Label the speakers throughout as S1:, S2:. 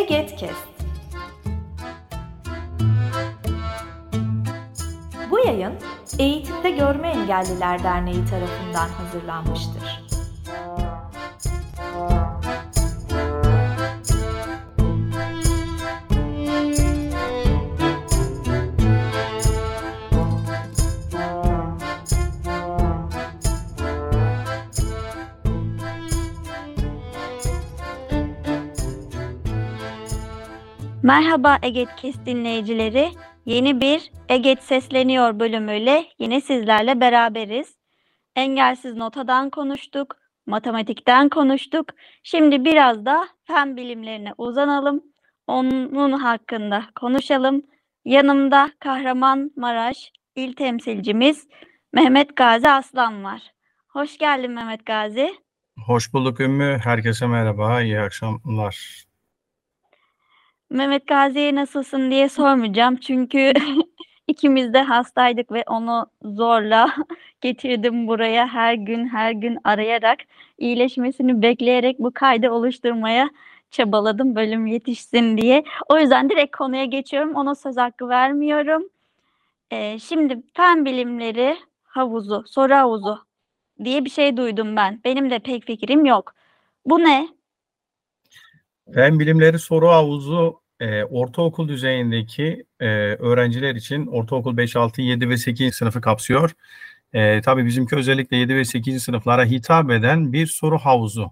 S1: Egetkest. Bu yayın Eğitimde Görme Engelliler Derneği tarafından hazırlanmıştır.
S2: Merhaba Egetkest dinleyicileri. Yeni bir Eget Sesleniyor bölümüyle yine sizlerle beraberiz. Engelsiz notadan konuştuk, matematikten konuştuk. Şimdi biraz da fen bilimlerine uzanalım. Onun hakkında konuşalım. Yanımda Kahramanmaraş İl Temsilcimiz Mehmet Gazi Aslan var. Hoş geldin Mehmet Gazi.
S3: Hoş bulduk Ümmü. Herkese merhaba. İyi akşamlar.
S2: Mehmet Gazi'ye nasılsın diye sormayacağım çünkü ikimiz de hastaydık ve onu zorla getirdim buraya her gün arayarak iyileşmesini bekleyerek bu kaydı oluşturmaya çabaladım bölüm yetişsin diye. O yüzden direkt konuya geçiyorum. Ona söz hakkı vermiyorum. Şimdi fen bilimleri havuzu, soru havuzu diye bir şey duydum ben. Benim de pek fikrim yok. Bu ne?
S3: Fen bilimleri soru havuzu ortaokul düzeyindeki öğrenciler için ortaokul 5, 6, 7 ve 8. sınıfı kapsıyor. Tabii bizimki özellikle 7 ve 8. sınıflara hitap eden bir soru havuzu.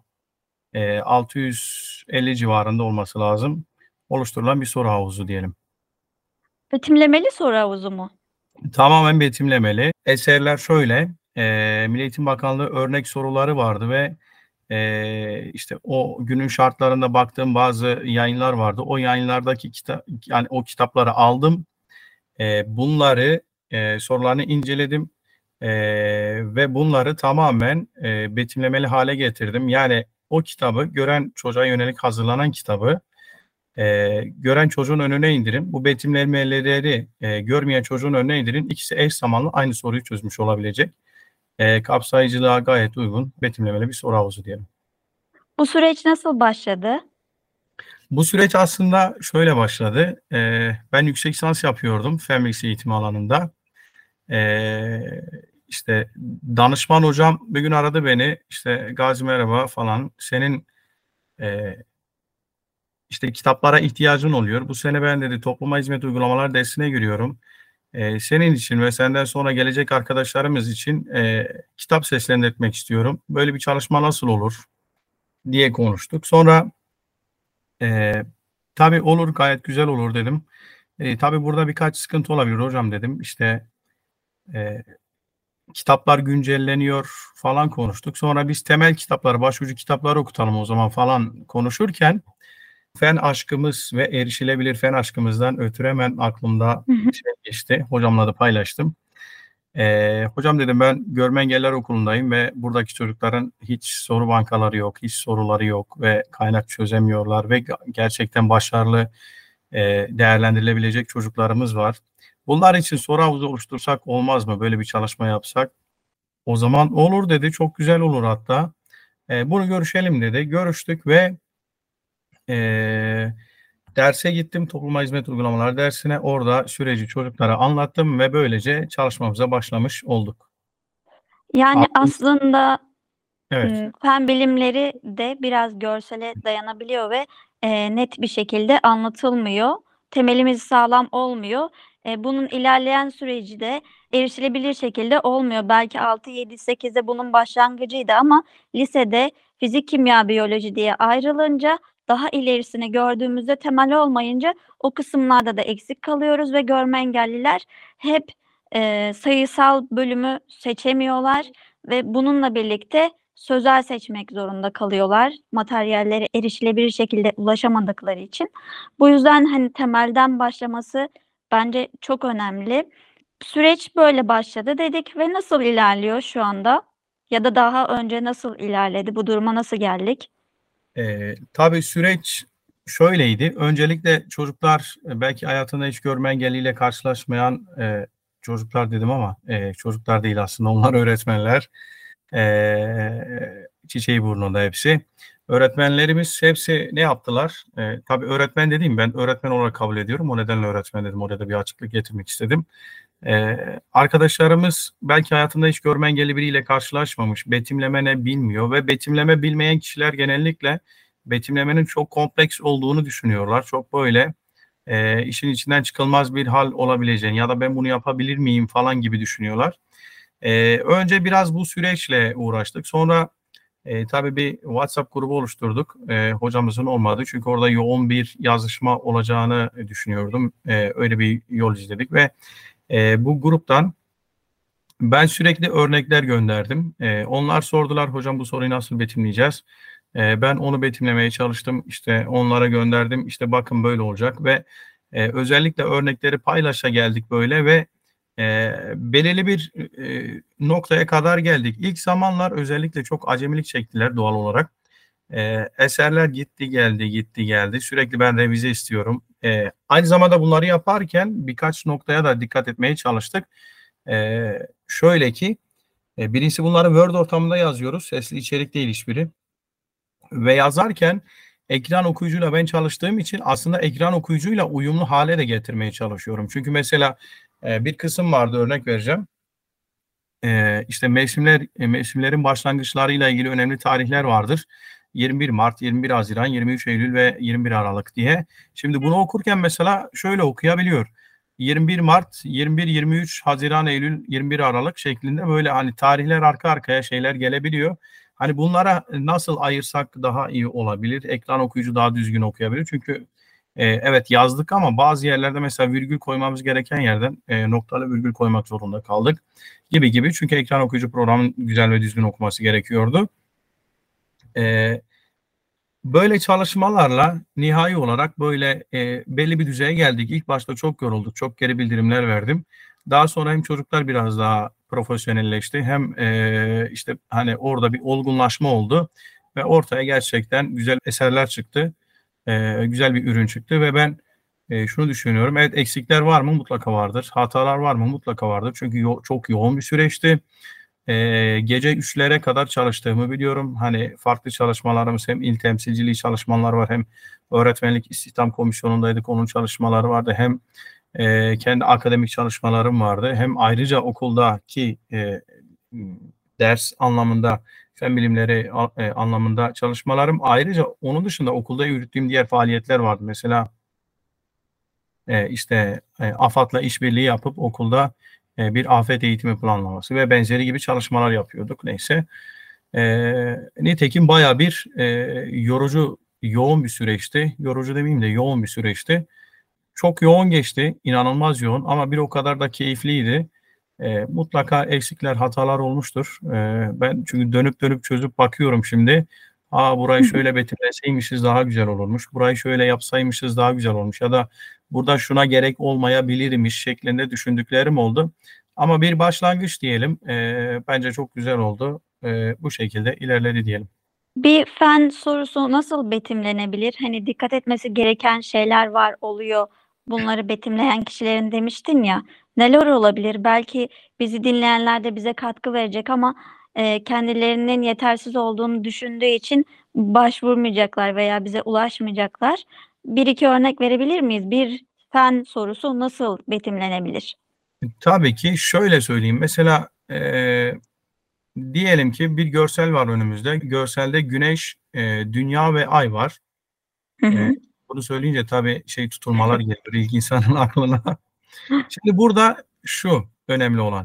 S3: 650 civarında olması lazım. Oluşturulan bir soru havuzu diyelim.
S2: Betimlemeli soru havuzu mu?
S3: Tamamen betimlemeli. Eserler şöyle. Milli Eğitim Bakanlığı örnek soruları vardı ve işte o günün şartlarında baktığım bazı yayınlar vardı. O yayınlardaki yani o kitapları aldım. Bunları sorularını inceledim ve bunları tamamen betimlemeli hale getirdim. Yani o kitabı gören çocuğa yönelik hazırlanan kitabı gören çocuğun önüne indirin. Bu betimlemeleri görmeyen çocuğun önüne indirin. İkisi eş zamanlı aynı soruyu çözmüş olabilecek. Kapsayıcılığa gayet uygun betimlemeli bir soru havuzu diyelim.
S2: Bu süreç nasıl başladı?
S3: Bu süreç aslında şöyle başladı. Ben yüksek lisans yapıyordum fen bilgisi eğitimi alanında. İşte danışman hocam bir gün aradı beni. İşte Gazi merhaba falan. Senin işte kitaplara ihtiyacın oluyor. Bu sene ben dedi topluma hizmet uygulamalar dersine giriyorum. Senin için ve senden sonra gelecek arkadaşlarımız için kitap seslendirmek istiyorum. Böyle bir çalışma nasıl olur diye konuştuk. Sonra tabii olur, gayet güzel olur dedim. Tabii burada birkaç sıkıntı olabilir hocam dedim. İşte kitaplar güncelleniyor falan konuştuk. Sonra biz temel kitapları, başucu kitapları okutalım o zaman falan konuşurken fen aşkımız ve erişilebilir fen aşkımızdan ötürü hemen aklımda bir şey geçti. Hocamla da paylaştım. Hocam dedim ben görme engelliler okulundayım ve buradaki çocukların hiç soru bankaları yok, hiç soruları yok ve kaynak çözemiyorlar ve gerçekten başarılı değerlendirilebilecek çocuklarımız var. Bunlar için soru havuzu oluştursak olmaz mı? Böyle bir çalışma yapsak. O zaman olur dedi. Çok güzel olur hatta. Bunu görüşelim dedi. Görüştük ve derse gittim. Topluma hizmet uygulamaları dersine. Orada süreci çocuklara anlattım ve böylece çalışmamıza başlamış olduk.
S2: Yani aslında
S3: Evet.
S2: fen bilimleri de biraz görsele dayanabiliyor ve net bir şekilde anlatılmıyor. Temelimiz sağlam olmuyor. Bunun ilerleyen süreci de erişilebilir şekilde olmuyor. Belki 6, 7, 8'de bunun başlangıcıydı ama lisede fizik, kimya, biyoloji diye ayrılınca daha ilerisini gördüğümüzde temel olmayınca o kısımlarda da eksik kalıyoruz ve görme engelliler hep sayısal bölümü seçemiyorlar ve bununla birlikte sözel seçmek zorunda kalıyorlar. Materyallere erişilebilir şekilde ulaşamadıkları için. Bu yüzden hani temelden başlaması bence çok önemli. Süreç böyle başladı dedik ve nasıl ilerliyor şu anda? Ya da daha önce nasıl ilerledi? Bu duruma nasıl geldik?
S3: Tabii süreç şöyleydi. Öncelikle çocuklar belki hayatında hiç görme engelliyle karşılaşmayan çocuklar dedim ama çocuklar değil aslında onlar öğretmenler. Çiçeği burnunda hepsi. Öğretmenlerimiz hepsi ne yaptılar? Tabii öğretmen dediğim, ben öğretmen olarak kabul ediyorum. O nedenle öğretmen dedim. Orada bir açıklık getirmek istedim. Arkadaşlarımız belki hayatında hiç görme engelli biriyle karşılaşmamış, betimleme ne bilmiyor ve betimleme bilmeyen kişiler genellikle betimlemenin çok kompleks olduğunu düşünüyorlar. Çok böyle işin içinden çıkılmaz bir hal olabileceğini ya da ben bunu yapabilir miyim falan gibi düşünüyorlar. Önce biraz bu süreçle uğraştık. Sonra tabii bir WhatsApp grubu oluşturduk. Hocamızın olmadı. Çünkü orada yoğun bir yazışma olacağını düşünüyordum. Öyle bir yol izledik ve bu gruptan ben sürekli örnekler gönderdim. Onlar sordular, hocam bu soruyu nasıl betimleyeceğiz? Ben onu betimlemeye çalıştım. İşte onlara gönderdim. İşte bakın böyle olacak ve özellikle örnekleri paylaşa geldik böyle ve belirli bir noktaya kadar geldik. İlk zamanlar özellikle çok acemilik çektiler doğal olarak. Eserler gitti geldi gitti geldi. Sürekli ben revize istiyorum. Aynı zamanda bunları yaparken birkaç noktaya da dikkat etmeye çalıştık. Şöyle ki birincisi bunları Word ortamında yazıyoruz. Sesli içerik değil hiçbiri. Ve yazarken ekran okuyucuyla ben çalıştığım için aslında ekran okuyucuyla uyumlu hale de getirmeye çalışıyorum. Çünkü mesela bir kısım vardı, örnek vereceğim. İşte mevsimlerin başlangıçlarıyla ilgili önemli tarihler vardır. 21 Mart, 21 Haziran, 23 Eylül ve 21 Aralık diye. Şimdi bunu okurken mesela şöyle okuyabiliyor. 21 Mart, 21, 23 Haziran, Eylül, 21 Aralık şeklinde böyle hani tarihler arka arkaya şeyler gelebiliyor. Hani bunlara nasıl ayırsak daha iyi olabilir? Ekran okuyucu daha düzgün okuyabilir. Çünkü evet yazdık ama bazı yerlerde mesela virgül koymamız gereken yerden noktalı virgül koymak zorunda kaldık. Gibi gibi. Çünkü ekran okuyucu programın güzel ve düzgün okuması gerekiyordu. Böyle çalışmalarla nihai olarak böyle belli bir düzeye geldik. İlk başta çok yorulduk, çok geri bildirimler verdim. Daha sonra hem çocuklar biraz daha profesyonelleşti, hem işte hani orada bir olgunlaşma oldu ve ortaya gerçekten güzel eserler çıktı, güzel bir ürün çıktı ve ben şunu düşünüyorum. Evet, eksikler var mı? Mutlaka vardır. Hatalar var mı? Mutlaka vardır. Çünkü çok yoğun bir süreçti. Gece 3'lere kadar çalıştığımı biliyorum. Hani farklı çalışmalarımız, hem il temsilciliği çalışmalar var, hem öğretmenlik istihdam komisyonundaydık, onun çalışmaları vardı, hem kendi akademik çalışmalarım vardı, hem ayrıca okuldaki ders anlamında, fen bilimleri anlamında çalışmalarım, ayrıca onun dışında okulda yürüttüğüm diğer faaliyetler vardı. Mesela işte AFAD'la işbirliği yapıp okulda bir afet eğitimi planlaması ve benzeri gibi çalışmalar yapıyorduk. Neyse. Nitekim bayağı bir yorucu, yoğun bir süreçti. Yorucu demeyeyim de yoğun bir süreçti. Çok yoğun geçti, inanılmaz yoğun ama bir o kadar da keyifliydi. Mutlaka eksikler, hatalar olmuştur. Ben çünkü dönüp dönüp çözüp bakıyorum şimdi. Burayı şöyle betimleseymişiz daha güzel olurmuş. Burayı şöyle yapsaymışız daha güzel olmuş. Ya da burada şuna gerek olmayabilirmiş şeklinde düşündüklerim oldu. Ama bir başlangıç diyelim. Bence çok güzel oldu. Bu şekilde ilerledi diyelim.
S2: Bir fen sorusu nasıl betimlenebilir? Hani dikkat etmesi gereken şeyler var, oluyor. Bunları betimleyen kişilerin demiştin ya. Neler olabilir? Belki bizi dinleyenler de bize katkı verecek ama kendilerinin yetersiz olduğunu düşündüğü için başvurmayacaklar veya bize ulaşmayacaklar. Bir iki örnek verebilir miyiz? Bir fen sorusu nasıl betimlenebilir?
S3: Tabii ki şöyle söyleyeyim. Mesela diyelim ki bir görsel var önümüzde. Görselde güneş, dünya ve ay var.
S2: Hı hı.
S3: Bunu söyleyince tabii tutulmalar geliyor ilk insanın aklına. Şimdi burada şu önemli olan.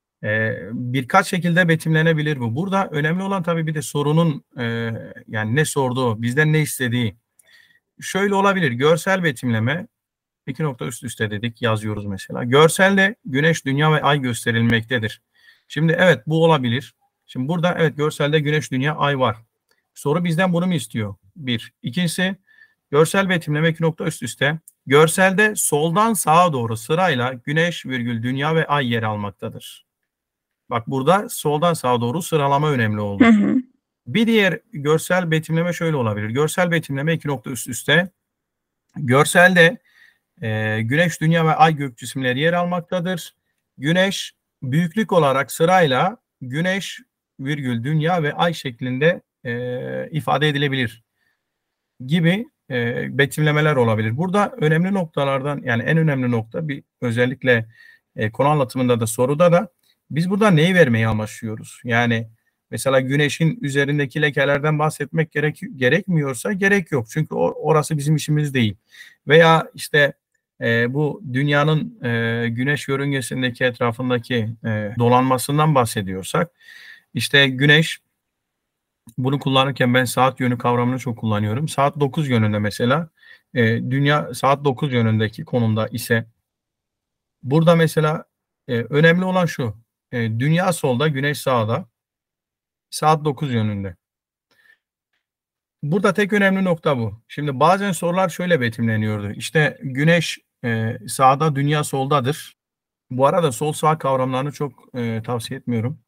S3: Birkaç şekilde betimlenebilir bu. Burada önemli olan tabii bir de sorunun yani ne sorduğu, bizden ne istediği. Şöyle olabilir. Görsel betimleme, iki nokta üst üste dedik, yazıyoruz mesela. Görselde güneş, dünya ve ay gösterilmektedir. Şimdi evet, bu olabilir. Şimdi burada evet, görselde güneş, dünya, ay var. Soru bizden bunu mu istiyor? Bir. İkincisi, görsel betimleme, iki nokta üst üste. Görselde soldan sağa doğru sırayla güneş, virgül, dünya ve ay yer almaktadır. Bak, burada soldan sağa doğru sıralama önemli
S2: Hı
S3: oldu.
S2: hı.
S3: Bir diğer görsel betimleme şöyle olabilir. Görsel betimleme, iki nokta üst üste. Görselde güneş, dünya ve ay gök cisimleri yer almaktadır. Güneş büyüklük olarak sırayla güneş, virgül, dünya ve ay şeklinde ifade edilebilir gibi betimlemeler olabilir. Burada önemli noktalardan, yani en önemli nokta, bir özellikle konu anlatımında da soruda da biz burada neyi vermeyi amaçlıyoruz? Yani mesela güneşin üzerindeki lekelerden bahsetmek gerekmiyorsa gerek yok. Çünkü orası bizim işimiz değil. Veya işte bu dünyanın güneş yörüngesindeki etrafındaki dolanmasından bahsediyorsak, işte güneş, bunu kullanırken ben saat yönü kavramını çok kullanıyorum. Saat 9 yönünde mesela, dünya saat 9 yönündeki konumda ise burada mesela önemli olan şu: dünya solda, güneş sağda, saat 9 yönünde. Burada tek önemli nokta bu. Şimdi bazen sorular şöyle betimleniyordu: İşte güneş sağda, dünya soldadır. Bu arada sol sağ kavramlarını çok tavsiye etmiyorum.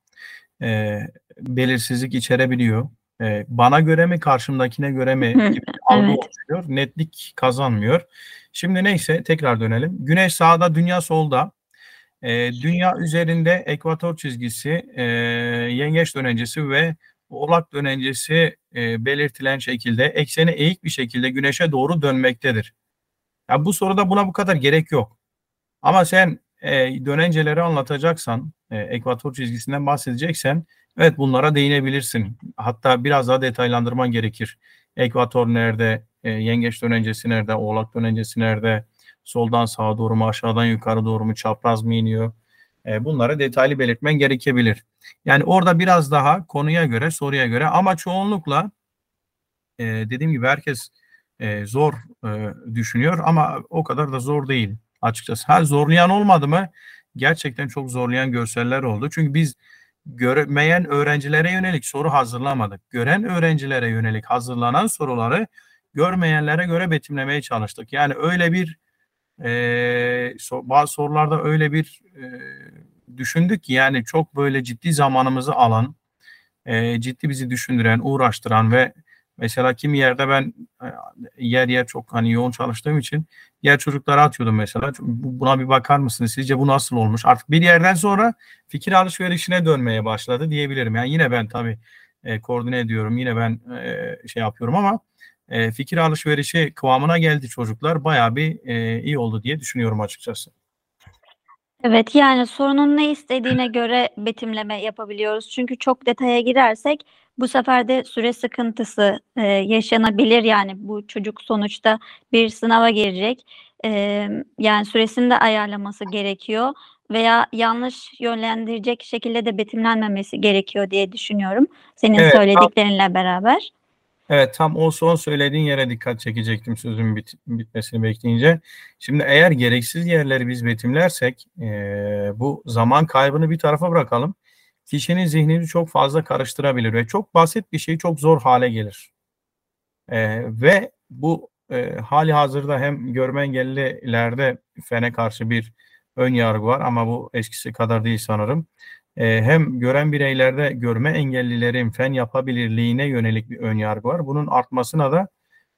S3: Belirsizlik içerebiliyor. Bana göre mi, karşımdakine göre mi gibi bir algı
S2: Evet.
S3: oluşuyor. Netlik kazanmıyor. Şimdi neyse, tekrar dönelim. Güneş sağda, dünya solda. Dünya üzerinde ekvator çizgisi, yengeç dönencesi ve oğlak dönencesi belirtilen şekilde ekseni eğik bir şekilde güneşe doğru dönmektedir. Ya bu soruda buna bu kadar gerek yok. Ama sen dönenceleri anlatacaksan, ekvator çizgisinden bahsedeceksen, evet, bunlara değinebilirsin. Hatta biraz daha detaylandırman gerekir. Ekvator nerede, yengeç dönencesi nerede, oğlak dönencesi nerede, soldan sağa doğru mu, aşağıdan yukarı doğru mu, çapraz mı iniyor? Bunları detaylı belirtmen gerekebilir. Yani orada biraz daha konuya göre, soruya göre, ama çoğunlukla dediğim gibi herkes zor düşünüyor ama o kadar da zor değil açıkçası. Ha, zorlayan olmadı mı? Gerçekten çok zorlayan görseller oldu. Çünkü biz görmeyen öğrencilere yönelik soru hazırlamadık. Gören öğrencilere yönelik hazırlanan soruları görmeyenlere göre betimlemeye çalıştık. Yani öyle bir bazı sorularda öyle bir düşündük ki, yani çok böyle ciddi zamanımızı alan, ciddi bizi düşündüren, uğraştıran ve mesela kimi yerde ben yer çok hani yoğun çalıştığım için diğer çocuklara atıyordum mesela. Buna bir bakar mısınız? Sizce bu nasıl olmuş? Artık bir yerden sonra fikir alışverişine dönmeye başladı diyebilirim. Yani yine ben tabii koordine ediyorum. Yine ben şey yapıyorum ama fikir alışverişi kıvamına geldi çocuklar. Bayağı bir iyi oldu diye düşünüyorum açıkçası.
S2: Evet, yani sorunun ne istediğine göre betimleme yapabiliyoruz. Çünkü çok detaya girersek bu sefer de süre sıkıntısı yaşanabilir. Yani bu çocuk sonuçta bir sınava girecek. E, Yani süresini de ayarlaması gerekiyor veya yanlış yönlendirecek şekilde de betimlenmemesi gerekiyor diye düşünüyorum. Senin
S3: Evet,
S2: söylediklerinle beraber.
S3: evet, tam o son söylediğin yere dikkat çekecektim sözün bitmesini bekleyince. Şimdi eğer gereksiz yerleri biz betimlersek bu zaman kaybını bir tarafa bırakalım. Kişinin zihnini çok fazla karıştırabilir ve çok basit bir şey çok zor hale gelir. Ve bu hali hazırda hem görme engellilerde fene karşı bir ön yargı var ama bu eskisi kadar değil sanırım. Hem gören bireylerde görme engellilerin fen yapabilirliğine yönelik bir ön yargı var. Bunun artmasına da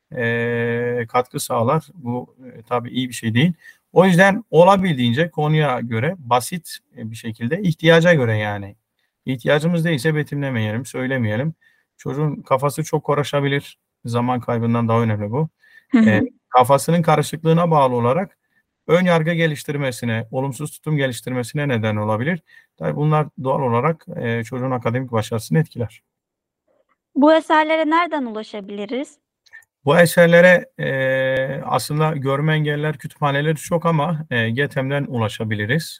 S3: katkı sağlar. Bu tabii iyi bir şey değil. O yüzden olabildiğince konuya göre, basit bir şekilde, ihtiyaca göre yani. İhtiyacımız değilse betimlemeyelim, söylemeyelim. Çocuğun kafası çok karışabilir. Zaman kaybından daha önemli bu.
S2: Hı
S3: E,
S2: hı.
S3: Kafasının karışıklığına bağlı olarak ön yargı geliştirmesine, olumsuz tutum geliştirmesine neden olabilir. Tabii bunlar doğal olarak çocuğun akademik başarısını etkiler.
S2: Bu eserlere nereden ulaşabiliriz?
S3: Bu eserlere aslında görme engelliler kütüphaneleri çok ama GETEM'den ulaşabiliriz.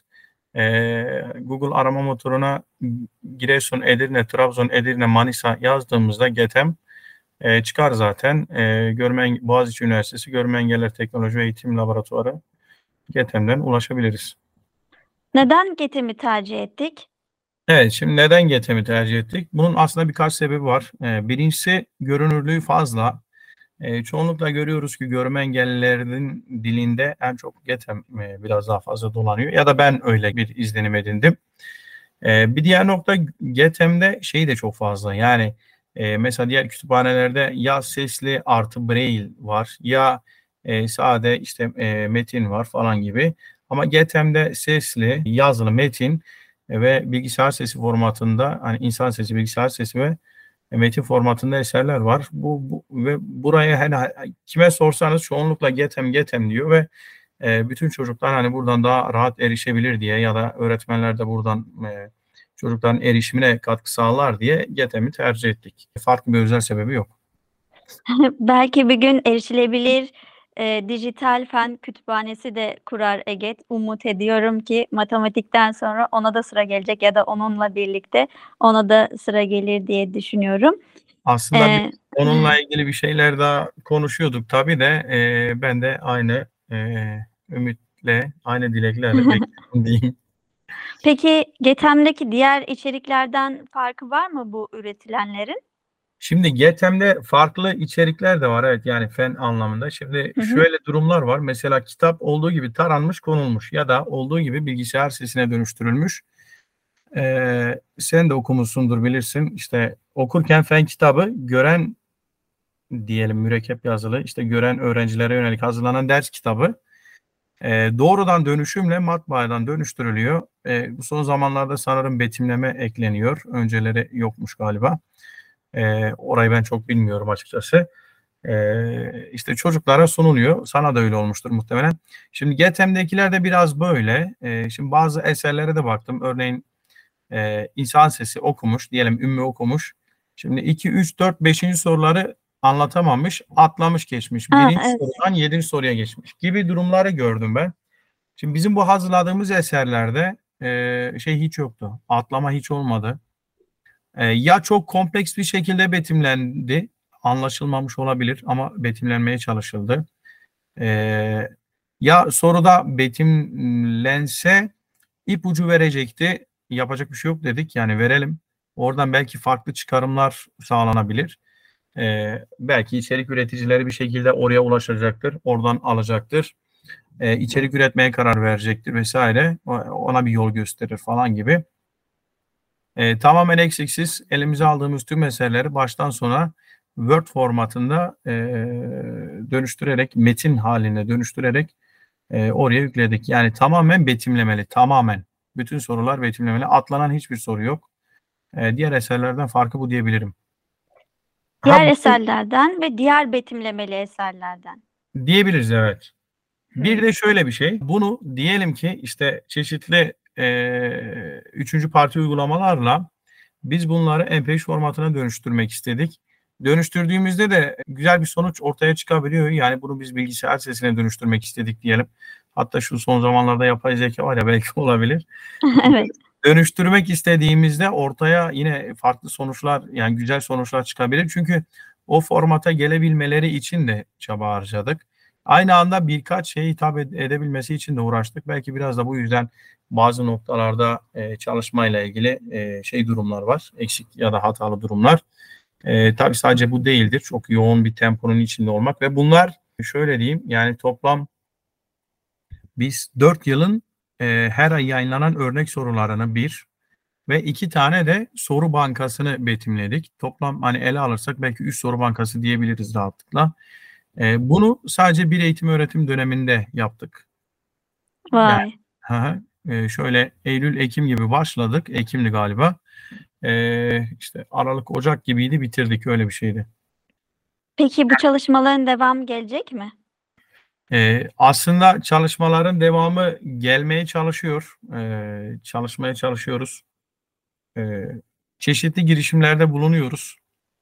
S3: Google arama motoruna Giresun, Edirne, Trabzon, Edirne, Manisa yazdığımızda GETEM çıkar zaten. Boğaziçi Üniversitesi Görme Engelliler Teknoloji ve Eğitim Laboratuvarı, GETEM'den ulaşabiliriz.
S2: Neden GETEM'i tercih ettik?
S3: Evet, şimdi neden GETEM'i tercih ettik? Bunun aslında birkaç sebebi var. Birincisi, görünürlüğü fazla. Çoğunlukla görüyoruz ki görme engellilerin dilinde en çok GETEM biraz daha fazla dolanıyor. Ya da ben öyle bir izlenim edindim. Bir diğer nokta, GETEM'de şey de çok fazla. Yani mesela diğer kütüphanelerde ya sesli artı braille var, ya sade işte metin var falan gibi. Ama GETEM'de sesli, yazılı metin ve bilgisayar sesi formatında, hani insan sesi, bilgisayar sesi ve metin formatında eserler var. Ve buraya hani kime sorsanız çoğunlukla GETEM diyor ve bütün çocuklar hani buradan daha rahat erişebilir diye ya da öğretmenler de buradan çocukların erişimine katkı sağlar diye GETEM'i tercih ettik. Farklı bir özel sebebi yok.
S2: Belki bir gün erişilebilir dijital fen kütüphanesi de kurar Eget. Umut ediyorum ki matematikten sonra ona da sıra gelecek ya da onunla birlikte ona da sıra gelir diye düşünüyorum.
S3: Aslında biz
S2: Ee,
S3: onunla ilgili bir şeyler daha konuşuyorduk tabii de ben de aynı ümitle, aynı dileklerle bekliyorum diyeyim.
S2: Peki GETEM'deki diğer içeriklerden farkı var mı bu üretilenlerin?
S3: Şimdi GETEM'de farklı içerikler de var, evet, yani fen anlamında. Şimdi
S2: Hı hı.
S3: şöyle durumlar var. Mesela kitap olduğu gibi taranmış, konulmuş ya da olduğu gibi bilgisayar sesine dönüştürülmüş. Sen de okumuşsundur, bilirsin. İşte okurken fen kitabı gören, diyelim mürekkep yazılı, işte gören öğrencilere yönelik hazırlanan ders kitabı doğrudan dönüşümle matbaadan dönüştürülüyor. Bu son zamanlarda sanırım betimleme ekleniyor. Önceleri yokmuş galiba. Orayı ben çok bilmiyorum açıkçası. İşte çocuklara sunuluyor. Sana da öyle olmuştur muhtemelen. Şimdi GETEM'dekiler de biraz böyle. Şimdi bazı eserlere de baktım. Örneğin insan sesi okumuş. Diyelim Ümmü okumuş. Şimdi 2, 3, 4, 5. soruları anlatamamış. Atlamış geçmiş.
S2: Ha,
S3: Birinci
S2: evet.
S3: sorudan 7. soruya geçmiş gibi durumları gördüm ben. Şimdi bizim bu hazırladığımız eserlerde şey hiç yoktu. Atlama hiç olmadı. Ya çok kompleks bir şekilde betimlendi. Anlaşılmamış olabilir ama betimlenmeye çalışıldı. Ya soruda betimlense ipucu verecekti. Yapacak bir şey yok dedik. Yani verelim. Oradan belki farklı çıkarımlar sağlanabilir. Belki içerik üreticileri bir şekilde oraya ulaşacaktır. Oradan alacaktır. İçerik üretmeye karar verecektir vesaire. Ona bir yol gösterir falan gibi. Tamamen eksiksiz elimize aldığımız tüm meseleleri baştan sona Word formatında dönüştürerek, metin haline dönüştürerek oraya yükledik. Yani tamamen betimlemeli, tamamen. Bütün sorular betimlemeli. Atlanan hiçbir soru yok. Diğer eserlerden farkı bu diyebilirim.
S2: Diğer
S3: Bu
S2: eserlerden ve diğer betimlemeli eserlerden.
S3: diyebiliriz, evet. Bir
S2: Hı.
S3: de şöyle bir şey. Bunu diyelim ki işte çeşitli üçüncü parti uygulamalarla biz bunları MP3 formatına dönüştürmek istedik. Dönüştürdüğümüzde de güzel bir sonuç ortaya çıkabiliyor. Yani bunu biz bilgisayar sesine dönüştürmek istedik diyelim. Hatta şu son zamanlarda yapay zeka var ya, belki olabilir.
S2: Evet.
S3: Dönüştürmek istediğimizde ortaya yine farklı sonuçlar, yani güzel sonuçlar çıkabilir. Çünkü o formata gelebilmeleri için de çaba harcadık. Aynı anda birkaç şeye hitap edebilmesi için de uğraştık. Belki biraz da bu yüzden bazı noktalarda çalışmayla ilgili şey durumlar var. Eksik ya da hatalı durumlar. Tabii sadece bu değildir. Çok yoğun bir temponun içinde olmak ve bunlar şöyle diyeyim, yani toplam biz 4 yılın her ay yayınlanan örnek sorularını bir ve 2 tane de soru bankasını betimledik. Toplam hani ele alırsak belki 3 soru bankası diyebiliriz rahatlıkla. Bunu sadece bir eğitim öğretim döneminde yaptık. Yani
S2: Vay.
S3: şöyle Eylül-Ekim gibi başladık. Ekim'di galiba. İşte Aralık-Ocak gibiydi, bitirdik, öyle bir şeydi.
S2: Peki bu çalışmaların devamı gelecek mi?
S3: Aslında çalışmaların devamı gelmeye çalışıyor. Çalışmaya çalışıyoruz. Çeşitli girişimlerde bulunuyoruz.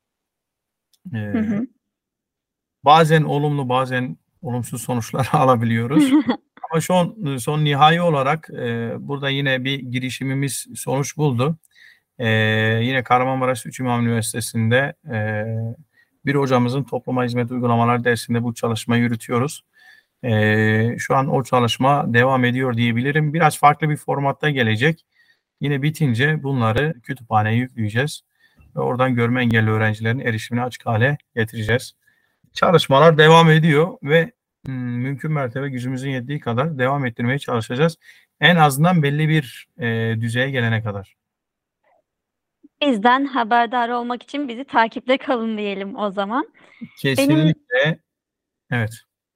S2: Hı
S3: Ee,
S2: hı.
S3: Bazen olumlu, bazen olumsuz sonuçlar alabiliyoruz. Ama son nihai olarak burada yine bir girişimimiz sonuç buldu. Yine Kahramanmaraş 3 İmam Üniversitesi'nde bir hocamızın topluma hizmet uygulamalar dersinde bu çalışmayı yürütüyoruz. Şu an o çalışma devam ediyor diyebilirim. Biraz farklı bir formatta gelecek. Yine bitince bunları kütüphaneye yükleyeceğiz ve oradan görme engelli öğrencilerin erişimine açık hale getireceğiz. Çalışmalar devam ediyor ve mümkün mertebe gücümüzün yettiği kadar devam ettirmeye çalışacağız. En azından belli bir düzeye gelene kadar.
S2: Bizden haberdar olmak için bizi takipte kalın diyelim o zaman. Benim
S3: Kesinlikle, evet.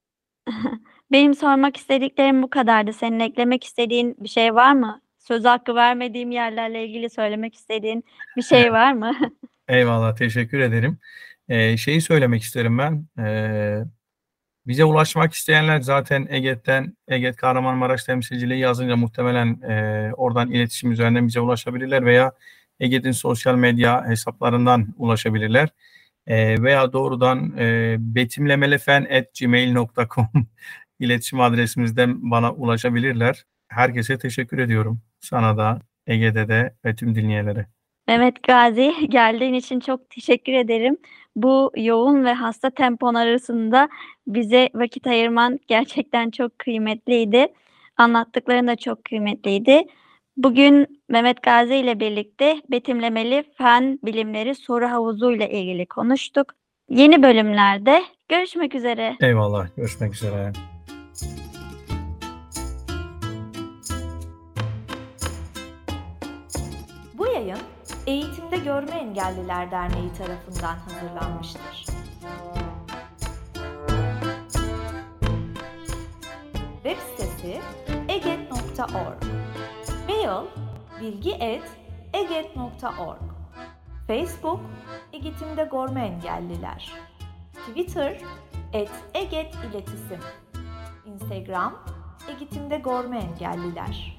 S2: benim sormak istediklerim bu kadardı. Senin eklemek istediğin bir şey var mı? Söz hakkı vermediğim yerlerle ilgili söylemek istediğin bir şey var mı?
S3: Eyvallah, teşekkür ederim. Şeyi söylemek isterim ben. Bize ulaşmak isteyenler zaten EGET Kahramanmaraş temsilciliği yazınca muhtemelen oradan iletişim üzerinden bize ulaşabilirler veya EGET'in sosyal medya hesaplarından ulaşabilirler. Veya doğrudan betimlemelifen@gmail.com iletişim adresimizden bana ulaşabilirler. Herkese teşekkür ediyorum. Sana da, Ege'de de ve tüm dinleyenlere.
S2: Mehmet Gazi, geldiğin için çok teşekkür ederim. Bu yoğun ve hasta tempon arasında bize vakit ayırman gerçekten çok kıymetliydi. Anlattıkların da çok kıymetliydi. Bugün Mehmet Gazi ile birlikte betimlemeli fen bilimleri soru havuzu ile ilgili konuştuk. Yeni bölümlerde görüşmek üzere.
S3: Eyvallah, görüşmek üzere.
S1: Bu yayın Eğitimde Görme Engelliler Derneği tarafından hazırlanmıştır. Web sitesi eget.org. Mail bilgi@eget.org. Facebook Eğitimde Görme Engelliler. Twitter @eget İletisim. Instagram Eğitimde Görme Engelliler.